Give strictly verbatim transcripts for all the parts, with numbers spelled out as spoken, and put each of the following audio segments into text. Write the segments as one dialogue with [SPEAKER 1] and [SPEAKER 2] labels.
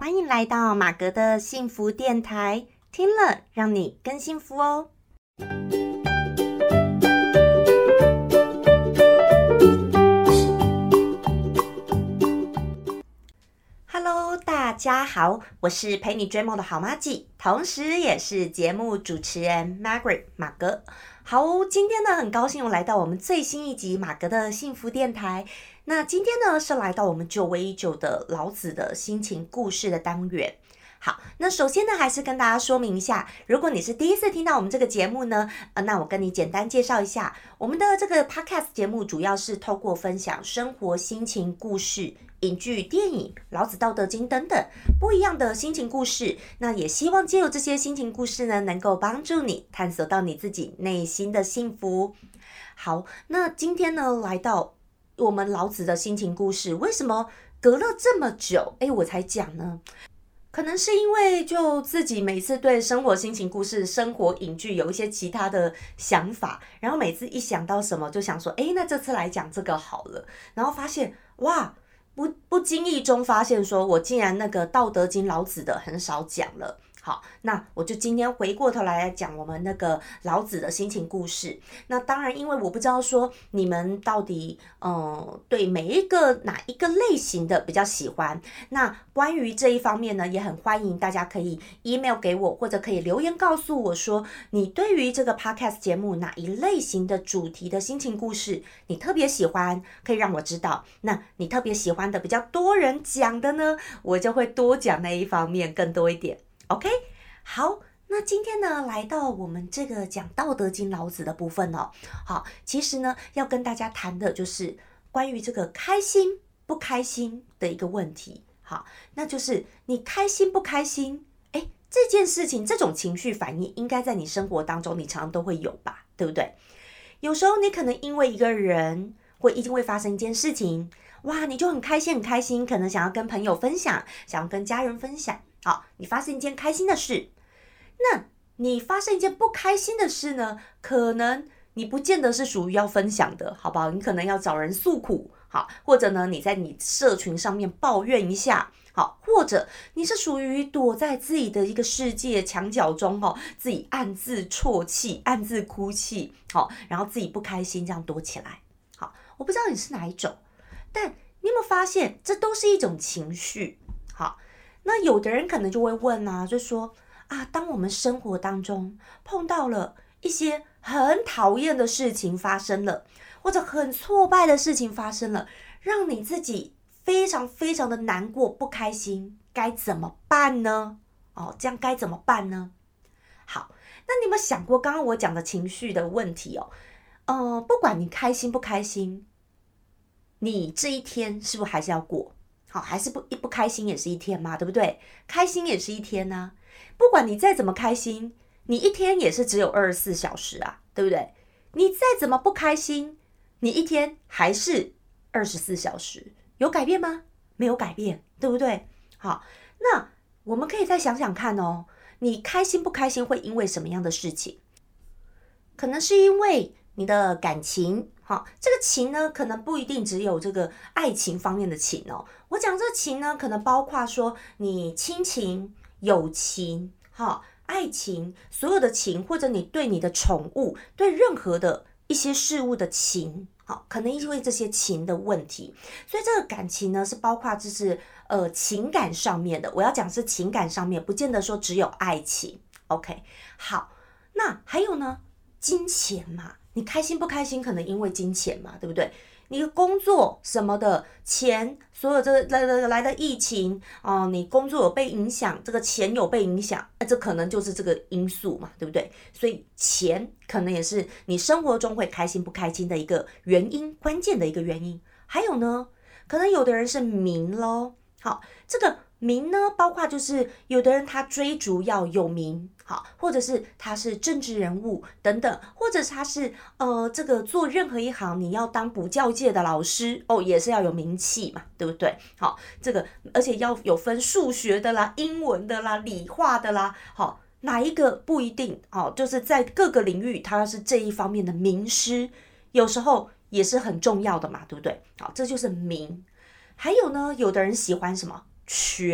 [SPEAKER 1] 欢迎来到马格的幸福电台，听了让你更幸福哦。Hello， 大家好，我是陪你追梦的好妈吉，同时也是节目主持人 Margaret 马格。好，今天呢很高兴我来到我们最新一集马格的幸福电台。那今天呢是来到我们久违已久的老子的心情故事的单元。好，那首先呢还是跟大家说明一下，如果你是第一次听到我们这个节目呢，呃，那我跟你简单介绍一下，我们的这个 podcast 节目主要是透过分享生活心情故事、影剧、电影、老子道德经等等不一样的心情故事，那也希望借由这些心情故事呢，能够帮助你探索到你自己内心的幸福。好，那今天呢来到我们老子的心情故事，为什么隔了这么久诶我才讲呢？可能是因为就自己每次对生活心情故事、生活影剧有一些其他的想法，然后每次一想到什么就想说，诶那这次来讲这个好了，然后发现哇不不经意中发现说我竟然那个道德经老子的很少讲了。好，那我就今天回过头来讲我们那个老子的心情故事。那当然因为我不知道说你们到底呃对每一个哪一个类型的比较喜欢，那关于这一方面呢，也很欢迎大家可以 email 给我，或者可以留言告诉我说你对于这个 podcast 节目哪一类型的主题的心情故事你特别喜欢，可以让我知道。那你特别喜欢的比较多人讲的呢，我就会多讲那一方面更多一点。OK， 好，那今天呢，来到我们这个讲道德经老子的部分哦。好，其实呢，要跟大家谈的就是关于这个开心不开心的一个问题。好，那就是你开心不开心？哎，这件事情，这种情绪反应，应该在你生活当中，你常常都会有吧，对不对？有时候你可能因为一个人，或一定会发生一件事情，哇，你就很开心很开心，可能想要跟朋友分享，想要跟家人分享。好，你发生一件开心的事，那你发生一件不开心的事呢，可能你不见得是属于要分享的，好不好？你可能要找人诉苦，好，或者呢，你在你社群上面抱怨一下，好，或者你是属于躲在自己的一个世界墙角中，哦，自己暗自啜泣，暗自哭泣，好，然后自己不开心，这样躲起来。好，我不知道你是哪一种，但你有没有发现，这都是一种情绪，好。那有的人可能就会问啊，就说啊，当我们生活当中碰到了一些很讨厌的事情发生了，或者很挫败的事情发生了，让你自己非常非常的难过、不开心，该怎么办呢？哦，这样该怎么办呢？好，那你有没有想过刚刚我讲的情绪的问题哦？呃，不管你开心不开心，你这一天是不是还是要过？好，还是不不开心也是一天嘛，对不对？开心也是一天啊，不管你再怎么开心，你一天也是只有二十四小时啊，对不对？你再怎么不开心，你一天还是二十四小时，有改变吗？没有改变，对不对？好，那我们可以再想想看哦，你开心不开心会因为什么样的事情？可能是因为你的感情，好，这个情呢，可能不一定只有这个爱情方面的情哦。我讲这情呢，可能包括说你亲情、友情、好，爱情，所有的情，或者你对你的宠物，对任何的一些事物的情，好，可能因为这些情的问题，所以这个感情呢，是包括就是呃情感上面的。我要讲是情感上面，不见得说只有爱情。OK， 好，那还有呢，金钱嘛。你开心不开心，可能因为金钱嘛，对不对？你的工作什么的钱，所有这个来来来的疫情啊、呃，你工作有被影响，这个钱有被影响，呃，这可能就是这个因素嘛，对不对？所以钱可能也是你生活中会开心不开心的一个原因，关键的一个原因。还有呢，可能有的人是名咯，好，这个名呢，包括就是有的人他追逐要有名。好，或者是他是政治人物等等，或者是他是呃这个做任何一行，你要当补教界的老师哦，也是要有名气嘛，对不对？好，这个而且要有分数学的啦、英文的啦、理化的啦，好，哪一个不一定哦，就是在各个领域，他是这一方面的名师，有时候也是很重要的嘛，对不对？好，这就是名。还有呢，有的人喜欢什么权？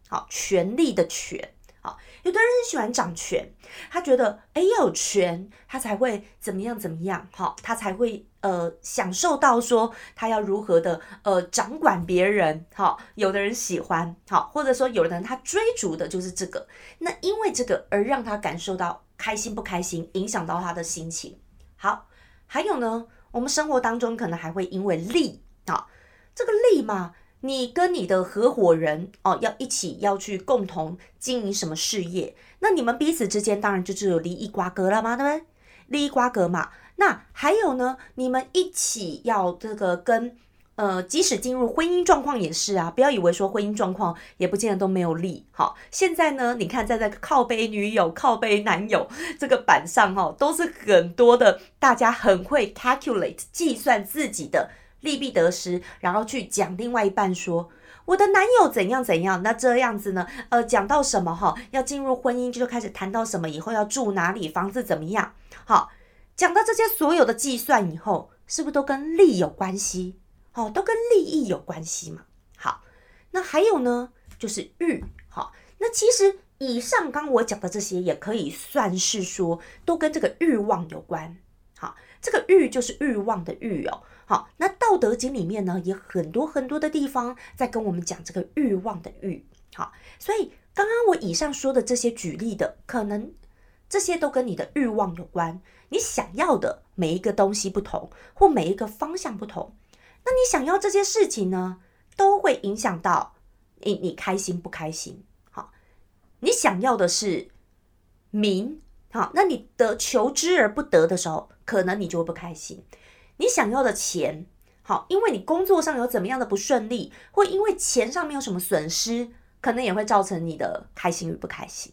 [SPEAKER 1] 好，权力的权。好，有的人很喜欢掌权，他觉得哎要有权，他才会怎么样怎么样，好，他才会呃享受到说他要如何的呃掌管别人，好，有的人喜欢，好，或者说有的人他追逐的就是这个，那因为这个而让他感受到开心不开心，影响到他的心情。好，还有呢，我们生活当中可能还会因为利，好，这个利嘛。你跟你的合伙人哦，要一起要去共同经营什么事业，那你们彼此之间当然就只有利益瓜葛了嘛，对不对？利益瓜葛嘛。那还有呢，你们一起要这个跟呃，即使进入婚姻状况也是啊，不要以为说婚姻状况也不见得都没有利。好，现在呢，你看在这个靠背女友、靠背男友这个板上哦，都是很多的，大家很会 calculate 计算自己的利弊得失，然后去讲另外一半说我的男友怎样怎样，那这样子呢，呃，讲到什么哈，要进入婚姻就开始谈到什么，以后要住哪里，房子怎么样，好，讲到这些所有的计算以后，是不是都跟利有关系？好，都跟利益有关系嘛。好，那还有呢，就是欲，好，那其实以上刚我讲的这些也可以算是说，都跟这个欲望有关。好，这个欲就是欲望的欲哦。好，那道德经里面呢，也很多很多的地方在跟我们讲这个欲望的欲。好，所以刚刚我以上说的这些举例的，可能这些都跟你的欲望有关。你想要的每一个东西不同，或每一个方向不同，那你想要这些事情呢，都会影响到你你开心不开心。好，你想要的是名，好，那你得求之而不得的时候，可能你就会不开心。你想要的钱，好，因为你工作上有怎么样的不顺利，或因为钱上面有什么损失，可能也会造成你的开心与不开心。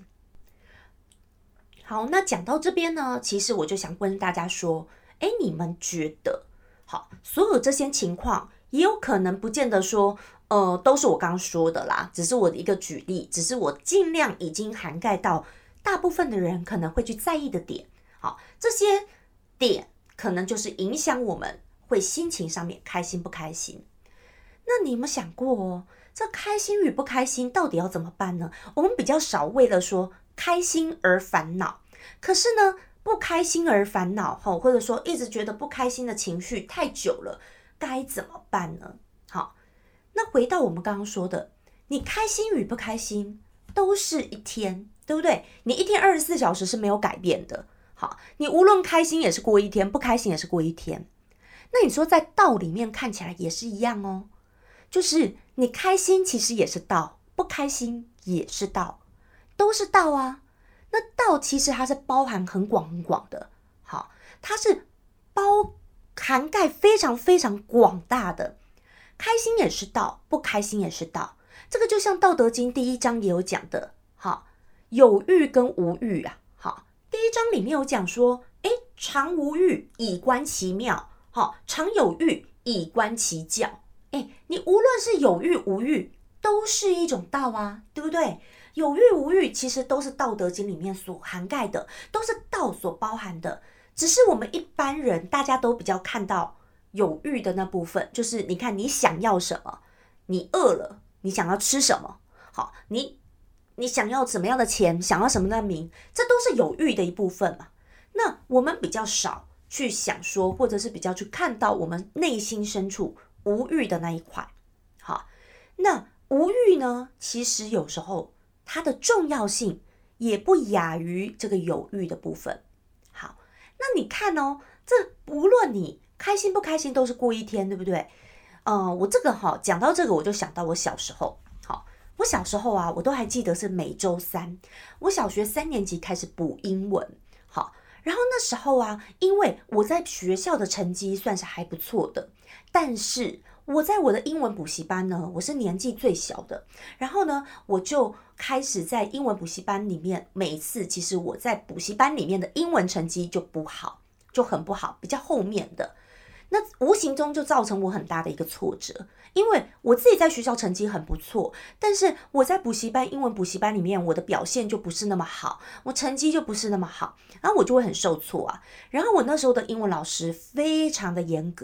[SPEAKER 1] 好，那讲到这边呢，其实我就想问大家说，哎，你们觉得，好，所有这些情况，也有可能不见得说，呃，都是我刚刚说的啦，只是我的一个举例，只是我尽量已经涵盖到大部分的人可能会去在意的点。好，这些点可能就是影响我们会心情上面开心不开心。那你有没有想过哦，这开心与不开心到底要怎么办呢？我们比较少为了说开心而烦恼，可是呢，不开心而烦恼，或者说一直觉得不开心的情绪太久了，该怎么办呢？好，那回到我们刚刚说的，你开心与不开心都是一天，对不对？你一天二十四小时是没有改变的。好，你无论开心也是过一天，不开心也是过一天。那你说在道里面看起来也是一样哦，就是你开心其实也是道，不开心也是道，都是道啊。那道其实它是包含很广很广的，好，它是包涵盖非常非常广大的，开心也是道，不开心也是道。这个就像《道德经》第一章也有讲的，好，有欲跟无欲啊。好，第一章里面有讲说，诶，常无欲以观其妙，好，常有欲以观其教。诶，你无论是有欲无欲，都是一种道啊，对不对？有欲无欲其实都是《道德经》里面所涵盖的，都是道所包含的。只是我们一般人大家都比较看到有欲的那部分，就是你看你想要什么，你饿了，你想要吃什么，好，你你想要什么样的钱，想要什么样的名，这都是有欲的一部分嘛。那我们比较少去想说，或者是比较去看到我们内心深处无欲的那一块。好，那无欲呢，其实有时候它的重要性也不亚于这个有欲的部分。好，那你看哦，这无论你开心不开心都是过一天，对不对？呃，我这个哈讲到这个，我就想到我小时候。好，我小时候啊，我都还记得是每周三，我小学三年级开始补英文。好，然后那时候啊，因为我在学校的成绩算是还不错的，但是我在我的英文补习班呢，我是年纪最小的，然后呢，我就开始在英文补习班里面，每一次其实我在补习班里面的英文成绩就不好，就很不好，比较后面的。那无形中就造成我很大的一个挫折，因为我自己在学校成绩很不错，但是我在补习班英文补习班里面，我的表现就不是那么好，我成绩就不是那么好，然后我就会很受挫啊。然后我那时候的英文老师非常的严格，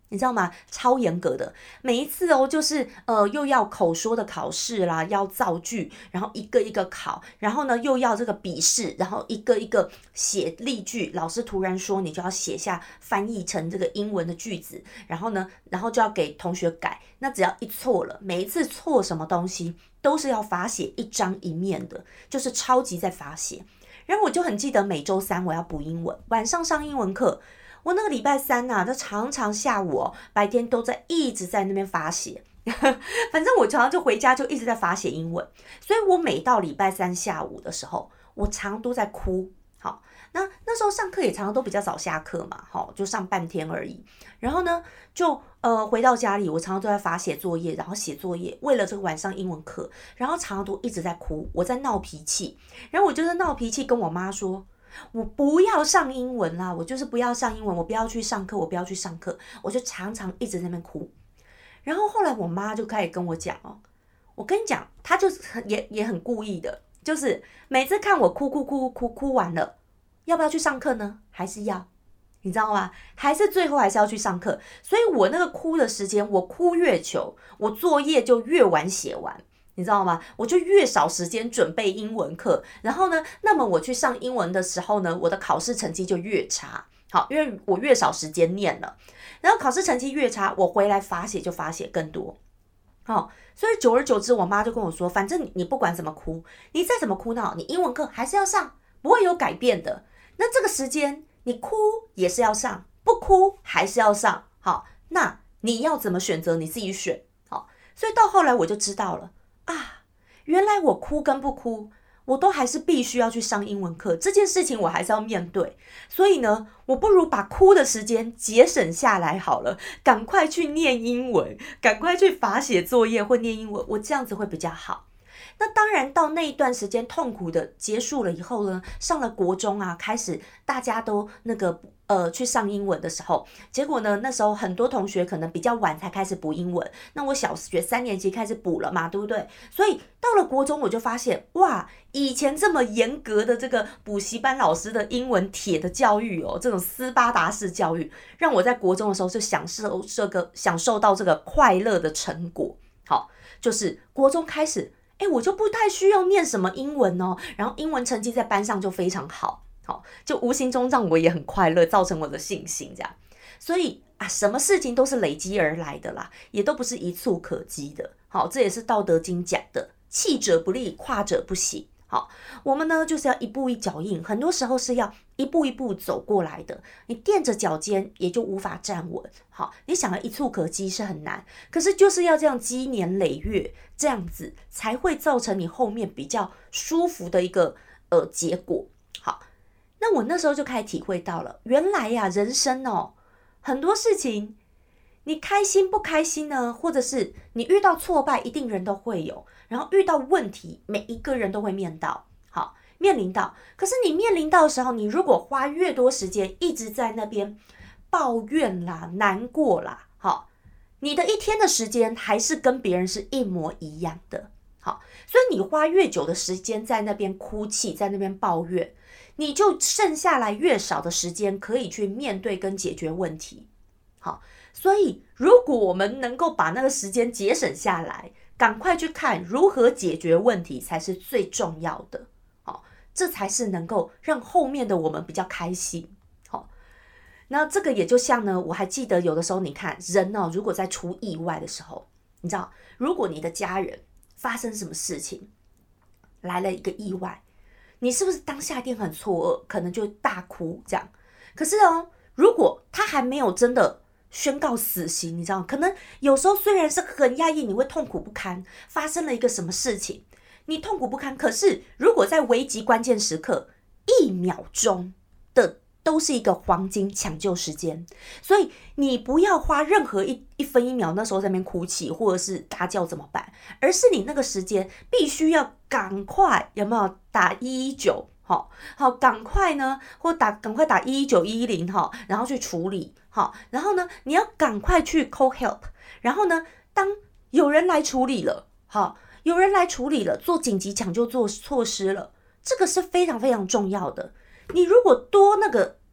[SPEAKER 1] 你知道吗？超严格的，每一次哦，就是呃又要口说的考试啦，要造句，然后一个一个考，然后呢又要这个笔试，然后一个一个写例句，老师突然说你就要写下翻译成这个英文的句子，然后呢，然后就要给同学改，那只要一错了，每一次错什么东西都是要罚写一张一面的，就是超级在罚写。然后我就很记得每周三我要补英文，晚上上英文课。我那个礼拜三呐、啊，就常常下午哦，白天都在一直在那边罚写，反正我常常就回家就一直在罚写英文，所以我每到礼拜三下午的时候，我常常都在哭。好，那那时候上课也常常都比较早下课嘛，好，就上半天而已。然后呢，就呃回到家里，我常常都在罚写作业，然后写作业，为了这个晚上英文课，然后常常都一直在哭，我在闹脾气，然后我就在闹脾气，跟我妈说。我不要上英文啦，我就是不要上英文，我不要去上课，我不要去上课，我就常常一直在那边哭。然后后来我妈就开始跟我讲哦，我跟你讲，她就是也也很故意的，就是每次看我哭哭哭哭哭完了，要不要去上课呢？还是要，你知道吗？还是最后还是要去上课。所以我那个哭的时间，我哭越久，我作业就越晚写完。你知道吗？我就越少时间准备英文课，然后呢，那么我去上英文的时候呢，我的考试成绩就越差。好，因为我越少时间念了，然后考试成绩越差，我回来罚写就罚写更多。好，所以久而久之，我妈就跟我说，反正你不管怎么哭，你再怎么哭闹，你英文课还是要上，不会有改变的。那这个时间你哭也是要上，不哭还是要上。好，那你要怎么选择你自己选。好，所以到后来我就知道了。啊，原来我哭跟不哭，我都还是必须要去上英文课，这件事情我还是要面对。所以呢，我不如把哭的时间节省下来好了，赶快去念英文，赶快去罚写作业或念英文，我这样子会比较好。那当然到那一段时间痛苦的结束了以后呢，上了国中啊，开始大家都那个呃去上英文的时候，结果呢那时候很多同学可能比较晚才开始补英文，那我小学三年级开始补了嘛，对不对？所以到了国中我就发现，哇，以前这么严格的这个补习班老师的英文铁的教育哦，这种斯巴达式教育，让我在国中的时候就享受这个享受到这个快乐的成果。好，就是国中开始。哎，我就不太需要念什么英文哦，然后英文成绩在班上就非常好，好，就无形中让我也很快乐，造成我的信心这样。所以啊，什么事情都是累积而来的啦，也都不是一蹴可及的。好，这也是《道德经》讲的，弃者不立，跨者不行。好，我们呢就是要一步一脚印，很多时候是要一步一步走过来的。你垫着脚尖也就无法站稳。好，你想要一蹴可及是很难，可是就是要这样积年累月，这样子才会造成你后面比较舒服的一个呃结果。好，那我那时候就开始体会到了，原来呀、啊，人生哦，很多事情。你开心不开心呢？或者是你遇到挫败，一定人都会有，然后遇到问题，每一个人都会面到，好，面临到。可是你面临到的时候，你如果花越多时间一直在那边抱怨啦、难过啦，好，你的一天的时间还是跟别人是一模一样的，好，所以你花越久的时间在那边哭泣，在那边抱怨，你就剩下来越少的时间可以去面对跟解决问题，好。所以如果我们能够把那个时间节省下来，赶快去看如何解决问题才是最重要的，好，这才是能够让后面的我们比较开心。好，那这个也就像呢，我还记得有的时候你看人哦，如果在出意外的时候，你知道如果你的家人发生什么事情来了一个意外，你是不是当下一定很错愕，可能就大哭这样。可是哦，如果他还没有真的宣告死刑，你知道吗？可能有时候虽然是很压抑，你会痛苦不堪，发生了一个什么事情，你痛苦不堪。可是如果在危急关键时刻，一秒钟的都是一个黄金抢救时间，所以你不要花任何一一分一秒那时候在那边哭泣或者是大叫怎么办，而是你那个时间必须要赶快，有没有打一一九？好，好，赶快呢，或打赶快打一一九一一零哈，然后去处理。好，然后呢，你要赶快去 call help， 然后呢，当有人来处理了，好，有人来处理了，做紧急抢救做措施了，这个是非常非常重要的。你如果多那个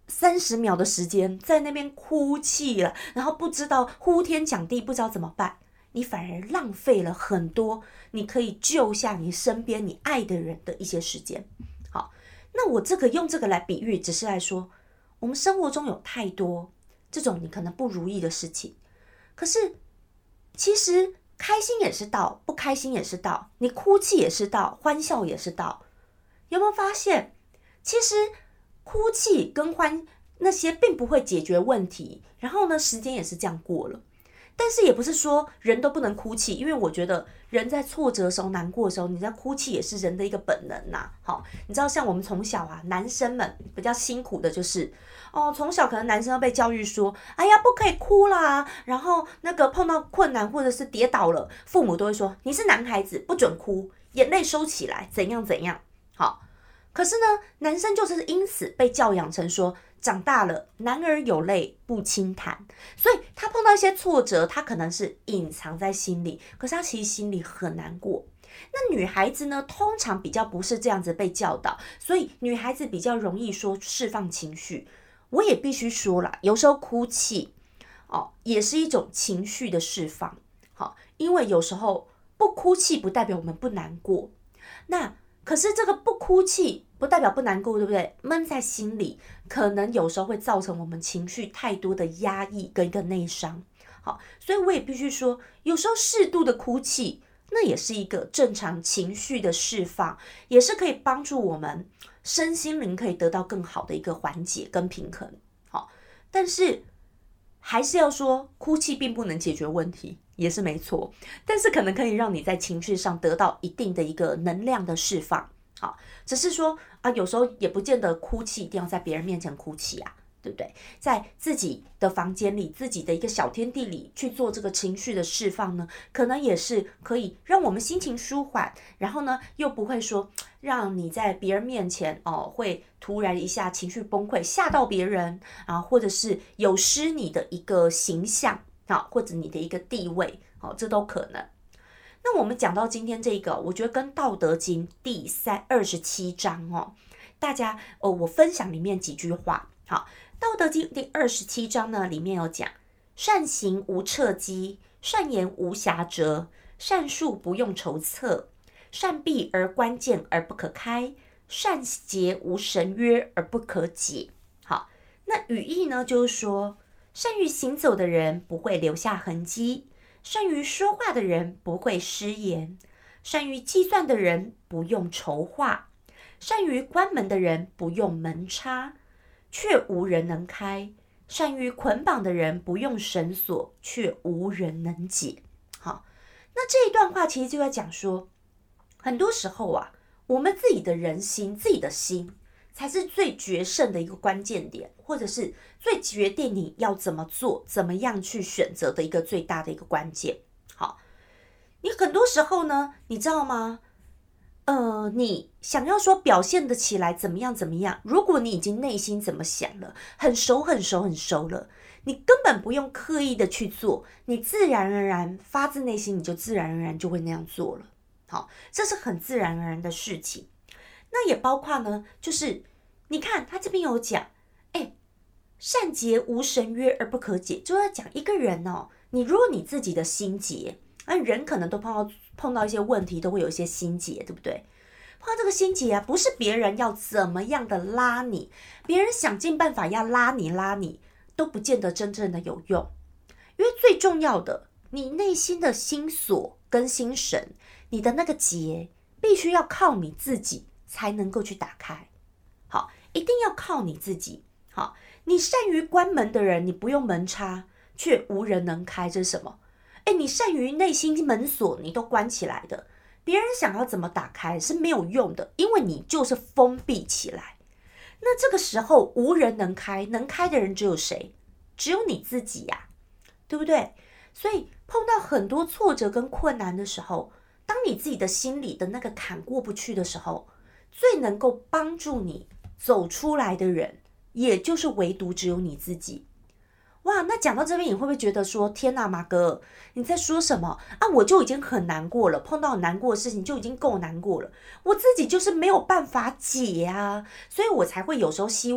[SPEAKER 1] 三十秒的时间在那边哭泣了，然后不知道呼天抢地，不知道怎么办，你反而浪费了很多你可以救下你身边你爱的人的一些时间。好，那我这个用这个来比喻，只是来说我们生活中有太多这种你可能不如意的事情，可是其实开心也是道，不开心也是道，你哭泣也是道，欢笑也是道。有没有发现其实哭泣跟欢那些并不会解决问题，然后呢时间也是这样过了。但是也不是说人都不能哭泣，因为我觉得人在挫折的时候难过的时候，你在哭泣也是人的一个本能呐、啊。好，你知道像我们从小啊，男生们比较辛苦的就是哦，从小可能男生要被教育说，哎呀不可以哭啦，然后那个碰到困难或者是跌倒了，父母都会说你是男孩子不准哭，眼泪收起来，怎样怎样。好，可是呢，男生就是因此被教养成说，长大了男儿有泪不轻弹，所以他碰到一些挫折，他可能是隐藏在心里，可是他其实心里很难过。那女孩子呢，通常比较不是这样子被教导，所以女孩子比较容易说释放情绪。我也必须说啦，有时候哭泣哦，也是一种情绪的释放。好，因为有时候不哭泣不代表我们不难过，那可是这个不哭泣不代表不难过，对不对？闷在心里，可能有时候会造成我们情绪太多的压抑跟一个内伤。好，所以我也必须说，有时候适度的哭泣，那也是一个正常情绪的释放，也是可以帮助我们身心灵可以得到更好的一个缓解跟平衡。好，但是还是要说，哭泣并不能解决问题，也是没错，但是可能可以让你在情绪上得到一定的一个能量的释放。好，只是说啊，有时候也不见得哭泣一定要在别人面前哭泣啊，对不对？在自己的房间里，自己的一个小天地里去做这个情绪的释放呢，可能也是可以让我们心情舒缓，然后呢又不会说让你在别人面前哦会突然一下情绪崩溃，吓到别人啊，或者是有失你的一个形象啊，或者你的一个地位，哦，这都可能。那我们讲到今天这个，我觉得跟《道德经》第三二十七章哦，大家哦，我分享里面几句话。好，《道德经》第二十七章呢，里面有讲：善行无侧击，善言无瑕谪，善述不用筹策，善闭而关键而不可开，善结无绳约而不可解。好，那语义呢，就是说，善于行走的人不会留下痕迹。善于说话的人不会失言，善于计算的人不用筹划，善于关门的人不用门插，却无人能开，善于捆绑的人不用绳索，却无人能解。好，那这一段话其实就在讲说，很多时候啊，我们自己的人心，自己的心才是最决胜的一个关键点，或者是最决定你要怎么做，怎么样去选择的一个最大的一个关键。好，你很多时候呢，你知道吗？呃，你想要说表现得起来怎么样怎么样，如果你已经内心怎么想了，很熟很熟很熟了，你根本不用刻意的去做，你自然而然发自内心，你就自然而然就会那样做了。好，这是很自然而然的事情。那也包括呢，就是你看他这边有讲，哎，善结无绳约而不可解，就在讲一个人哦，你如果你自己的心结，那人可能都碰到碰到一些问题，都会有一些心结，对不对？碰到这个心结啊，不是别人要怎么样的拉你，别人想尽办法要拉你拉你，都不见得真正的有用，因为最重要的，你内心的心锁跟心绳，你的那个结，必须要靠你自己才能够去打开。好，一定要靠你自己。好，你善于关门的人，你不用门插，却无人能开，这是什么？哎，你善于内心门锁，你都关起来的，别人想要怎么打开是没有用的，因为你就是封闭起来。那这个时候无人能开，能开的人只有谁？只有你自己呀、啊，对不对？所以碰到很多挫折跟困难的时候，当你自己的心里的那个坎过不去的时候，最能够帮助你走出来的人，也就是唯独只有你自己。哇，那讲到这边，你会不会觉得说，天哪，马哥，你在说什么啊？我就已经很难过了，碰到很难过的事情就已经够难过了，我自己就是没有办法解啊，所以我才会有时候希望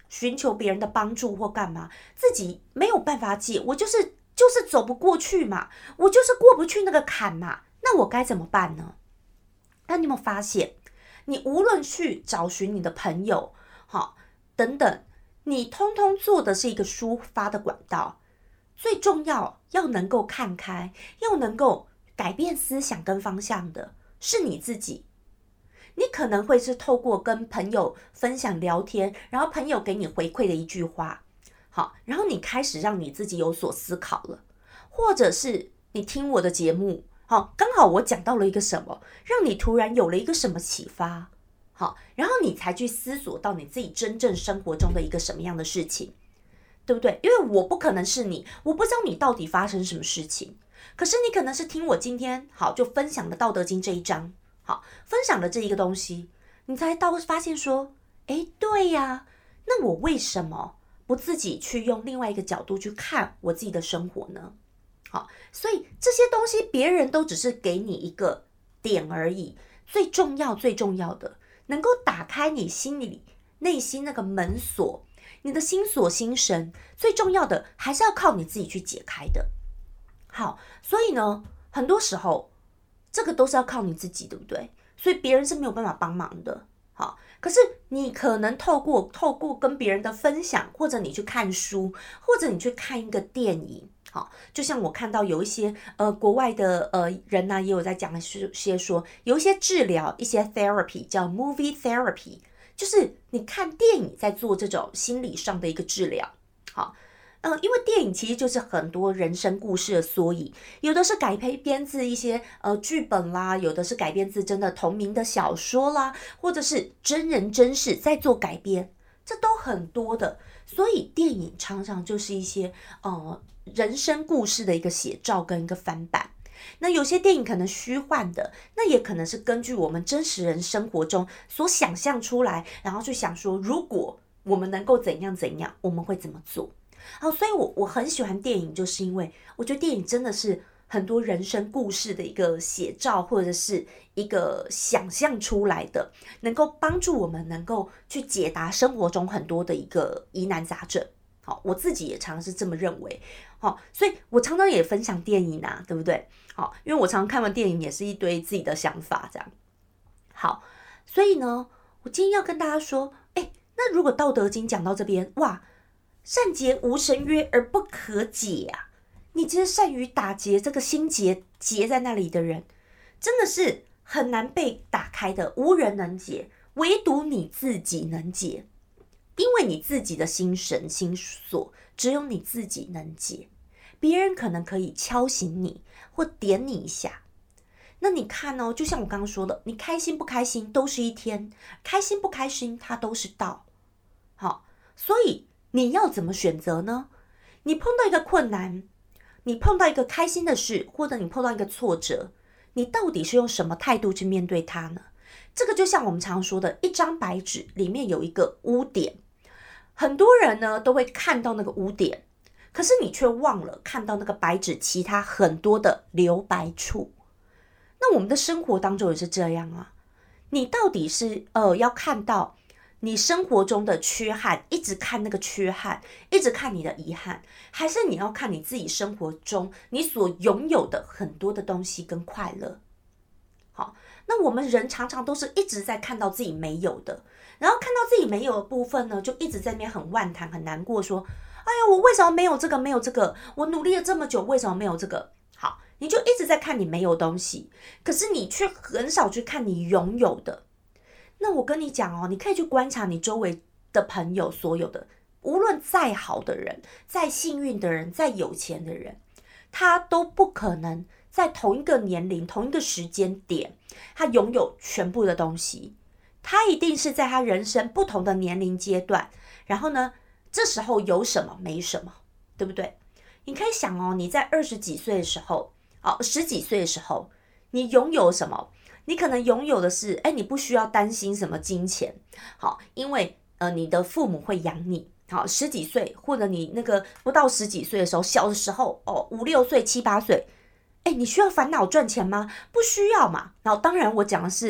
[SPEAKER 1] 寻求别人的帮助或干嘛，自己没有办法解，我就是就是走不过去嘛，我就是过不去那个坎嘛，那我该怎么办呢？那你有没有发现，你无论去找寻你的朋友，好，等等，你通通做的是一个抒发的管道，最重要要能够看开，要能够改变思想跟方向的是你自己。你可能会是透过跟朋友分享聊天，然后朋友给你回馈的一句话，好，然后你开始让你自己有所思考了，或者是你听我的节目，好，刚好我讲到了一个什么，让你突然有了一个什么启发，好，然后你才去思索到你自己真正生活中的一个什么样的事情，对不对？因为我不可能是你，我不知道你到底发生什么事情，可是你可能是听我今天好就分享了《道德经》这一章。好，分享了这一个东西，你才到发现说，诶，对呀，那我为什么不自己去用另外一个角度去看我自己的生活呢？好，所以这些东西别人都只是给你一个点而已，最重要最重要的，能够打开你心里内心那个门锁，你的心锁心神，最重要的还是要靠你自己去解开的。好，所以呢，很多时候这个都是要靠你自己，对不对？所以别人是没有办法帮忙的。好，可是你可能透过透过跟别人的分享，或者你去看书，或者你去看一个电影，好，就像我看到有一些呃国外的呃人呢、啊，也有在讲一些说，有一些治疗一些 therapy 叫 movie therapy， 就是你看电影在做这种心理上的一个治疗。好。呃，因为电影其实就是很多人生故事的缩影，有的是改编自一些呃剧本啦，有的是改编自真的同名的小说啦，或者是真人真事在做改编，这都很多的。所以电影常常就是一些呃人生故事的一个写照跟一个翻版。那有些电影可能虚幻的，那也可能是根据我们真实人生活中所想象出来，然后去想说，如果我们能够怎样怎样，我们会怎么做。好，所以我我很喜欢电影，就是因为我觉得电影真的是很多人生故事的一个写照，或者是一个想象出来的，能够帮助我们能够去解答生活中很多的一个疑难杂症。好，我自己也常常是这么认为。好，所以我常常也分享电影啊，对不对？好，因为我常常看完电影也是一堆自己的想法这样。好，所以呢，我今天要跟大家说，哎，那如果《道德经》讲到这边，哇！善结无绳约而不可解啊！你这善于打结这个心结结在那里的人，真的是很难被打开的，无人能解，唯独你自己能解。因为你自己的心神心锁，只有你自己能解，别人可能可以敲醒你或点你一下。那你看哦，就像我刚刚说的，你开心不开心都是一天，开心不开心它都是道。好，所以你要怎么选择呢？你碰到一个困难，你碰到一个开心的事，或者你碰到一个挫折，你到底是用什么态度去面对它呢？这个就像我们常说的，一张白纸里面有一个污点，很多人呢都会看到那个污点，可是你却忘了看到那个白纸其他很多的留白处。那我们的生活当中也是这样啊，你到底是呃要看到你生活中的缺憾，一直看那个缺憾，一直看你的遗憾，还是你要看你自己生活中你所拥有的很多的东西跟快乐？好，那我们人常常都是一直在看到自己没有的，然后看到自己没有的部分呢，就一直在那边很惋叹很难过，说哎呀，我为什么没有这个没有这个，我努力了这么久，为什么没有这个？好，你就一直在看你没有东西，可是你却很少去看你拥有的。那我跟你讲哦，你可以去观察你周围的朋友，所有的，无论再好的人，再幸运的人，再有钱的人，他都不可能在同一个年龄、同一个时间点，他拥有全部的东西。他一定是在他人生不同的年龄阶段，然后呢，这时候有什么没什么，对不对？你可以想哦，你在二十几岁的时候，哦，十几岁的时候，你拥有什么？你可能拥有的是，哎，你不需要担心什么金钱，好，因为呃，你的父母会养你，好，十几岁或者你那个不到十几岁的时候，小的时候，哦，五六岁、七八岁，哎，你需要烦恼赚钱吗？不需要嘛。然后当然我讲的是，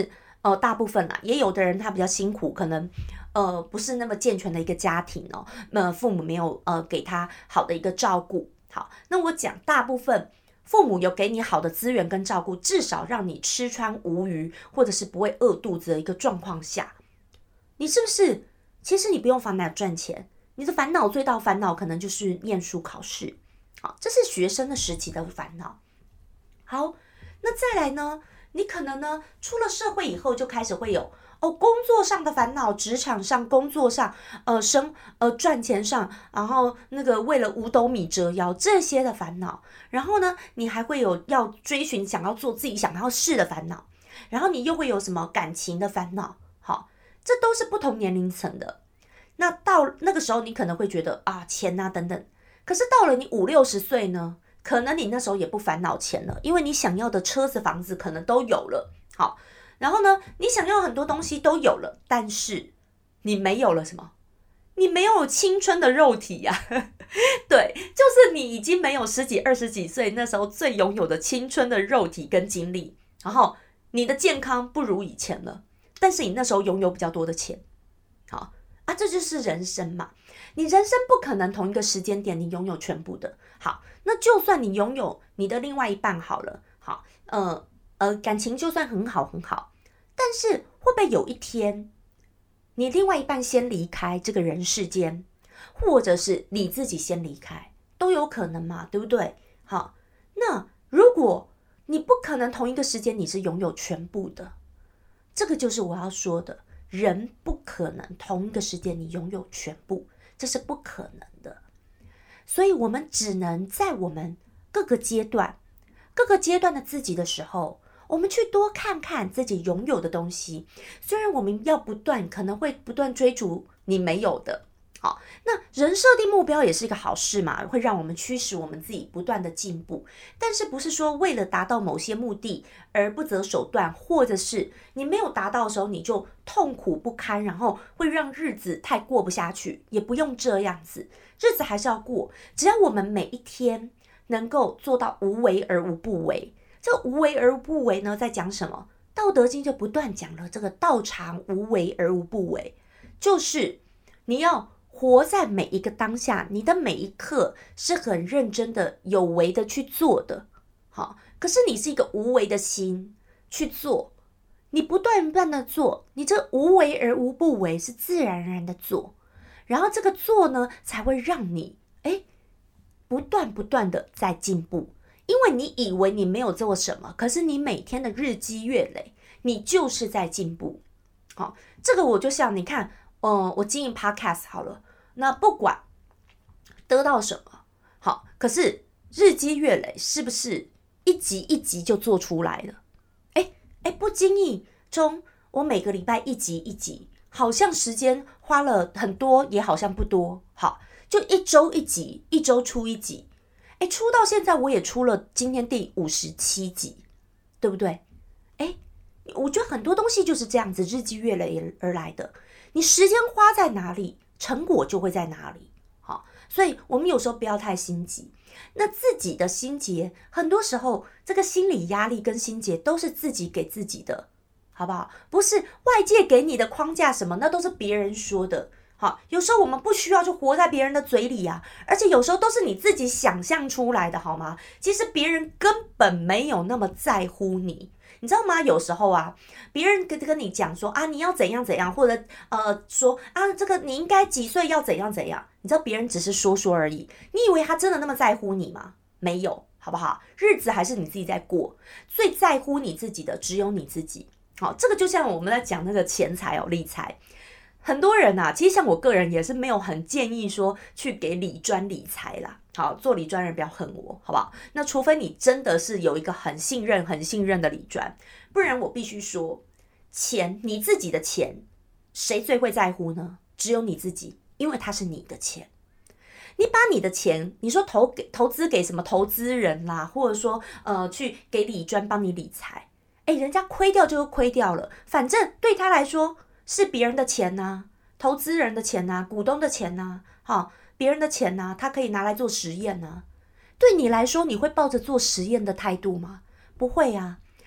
[SPEAKER 1] 呃，大部分啦，也有的人他比较辛苦，可能呃不是那么健全的一个家庭哦，那父母没有呃给他好的一个照顾。好，那我讲大部分父母有给你好的资源跟照顾，至少让你吃穿无虞，或者是不会饿肚子的一个状况下，你是不是其实你不用烦恼赚钱，你的烦恼最大烦恼可能就是念书考试。好，这是学生的时期的烦恼。好，那再来呢，你可能呢出了社会以后就开始会有哦工作上的烦恼，职场上工作上呃生呃赚钱上，然后那个为了五斗米折腰这些的烦恼，然后呢你还会有要追寻想要做自己想要试的烦恼，然后你又会有什么感情的烦恼。好，这都是不同年龄层的。那到那个时候你可能会觉得啊钱啊等等，可是到了你五六十岁呢，可能你那时候也不烦恼钱了，因为你想要的车子房子可能都有了。好，然后呢你想要很多东西都有了，但是你没有了什么？你没有青春的肉体呀、啊、对，就是你已经没有十几二十几岁那时候最拥有的青春的肉体跟精力，然后你的健康不如以前了，但是你那时候拥有比较多的钱。好啊，这就是人生嘛，你人生不可能同一个时间点你拥有全部的。好，那就算你拥有你的另外一半好了，好，呃呃，感情就算很好很好，但是会不会有一天你另外一半先离开这个人世间，或者是你自己先离开，都有可能嘛，对不对？好，那如果你不可能同一个时间你是拥有全部的，这个就是我要说的，人不可能同一个时间你拥有全部，这是不可能的。所以我们只能在我们各个阶段各个阶段的自己的时候，我们去多看看自己拥有的东西。虽然我们要不断可能会不断追逐你没有的，好，那人设定目标也是一个好事嘛，会让我们驱使我们自己不断的进步，但是不是说为了达到某些目的而不择手段，或者是你没有达到的时候你就痛苦不堪，然后会让日子太过不下去，也不用这样子，日子还是要过，只要我们每一天能够做到无为而无不为。这个无为而无不为呢，在讲什么？道德经就不断讲了这个道常无为而无不为，就是你要活在每一个当下，你的每一刻是很认真的有为的去做的。好，可是你是一个无为的心去做，你不断不断的做，你这无为而无不为是自然而然的做，然后这个做呢才会让你哎不断不断的在进步。因为你以为你没有做什么，可是你每天的日积月累，你就是在进步。好，这个我就像你看，呃，我经营 podcast 好了，那不管得到什么，好，可是日积月累，是不是一集一集就做出来了？哎哎，不经意中，我每个礼拜一集一集，好像时间花了很多，也好像不多。好，就一周一集，一周出一集。哎，出到现在我也出了今天第五十七集，对不对？哎，我觉得很多东西就是这样子日积月累而来的，你时间花在哪里，成果就会在哪里。好，所以我们有时候不要太心急。那自己的心结，很多时候这个心理压力跟心结都是自己给自己的，好不好？不是外界给你的框架什么，那都是别人说的。好，有时候我们不需要就活在别人的嘴里啊，而且有时候都是你自己想象出来的，好吗？其实别人根本没有那么在乎你，你知道吗？有时候啊，别人跟跟你讲说啊，你要怎样怎样，或者呃说啊，这个你应该几岁要怎样怎样，你知道别人只是说说而已，你以为他真的那么在乎你吗？没有，好不好？日子还是你自己在过，最在乎你自己的只有你自己。好，这个就像我们在讲那个钱财哦，理财。很多人啊，其实像我个人也是没有很建议说去给理专理财啦。好，做理专人不要恨我，好不好？那除非你真的是有一个很信任、很信任的理专，不然我必须说，钱，你自己的钱，谁最会在乎呢？只有你自己，因为它是你的钱。你把你的钱，你说投给投资给什么投资人啦，或者说呃去给理专帮你理财，哎，人家亏掉就亏掉了，反正对他来说。是别人的钱呐、啊，投资人的钱呐、啊，股东的钱呐、啊，好，别人的钱呐、啊，他可以拿来做实验呐、啊。对你来说，你会抱着做实验的态度吗？不会啊，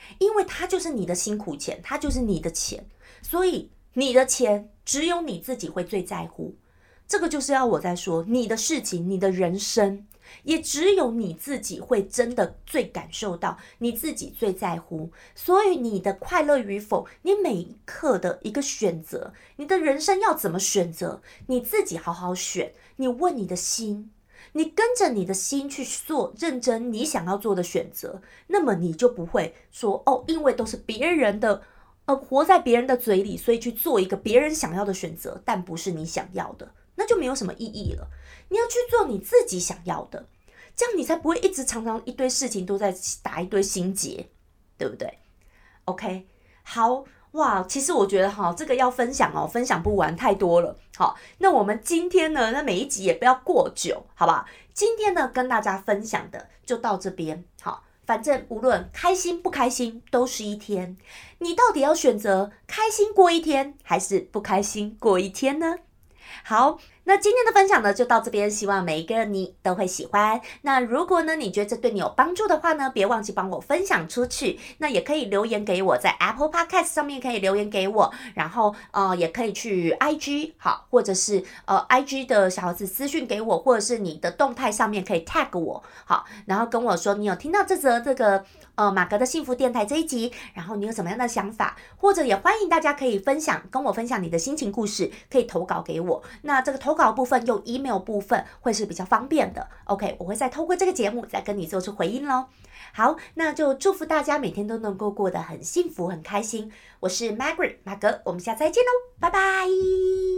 [SPEAKER 1] 因为它就是你的辛苦钱，它就是你的钱，所以你的钱只有你自己会最在乎。这个就是要我在说，你的事情，你的人生，也只有你自己会真的最感受到，你自己最在乎。所以你的快乐与否，你每一刻的一个选择，你的人生要怎么选择，你自己好好选。你问你的心，你跟着你的心去做认真你想要做的选择，那么你就不会说哦，因为都是别人的呃，活在别人的嘴里，所以去做一个别人想要的选择，但不是你想要的，那就没有什么意义了。你要去做你自己想要的，这样你才不会一直常常一堆事情都在打一堆心结，对不对 ？OK， 好。哇，其实我觉得哈，这个要分享哦，分享不完，太多了。好，那我们今天呢，那每一集也不要过久，好不好？今天呢，跟大家分享的就到这边。好，反正无论开心不开心，都是一天。你到底要选择开心过一天，还是不开心过一天呢？好，那今天的分享呢就到这边，希望每一个你都会喜欢。那如果呢你觉得这对你有帮助的话呢，别忘记帮我分享出去。那也可以留言给我，在 Apple Podcast 上面可以留言给我，然后呃也可以去 I G 好，或者是呃 I G 的小盒子私讯给我，或者是你的动态上面可以 tag 我，好，然后跟我说你有听到这则这个呃马格的幸福电台这一集，然后你有什么样的想法，或者也欢迎大家可以分享，跟我分享你的心情故事，可以投稿给我。那这个投稿部分用 email 部分会是比较方便的 OK， 我会再透过这个节目再跟你做出回应咯。好，那就祝福大家每天都能够过得很幸福很开心。我是 Margaret 马格，我们下次再见咯，拜拜。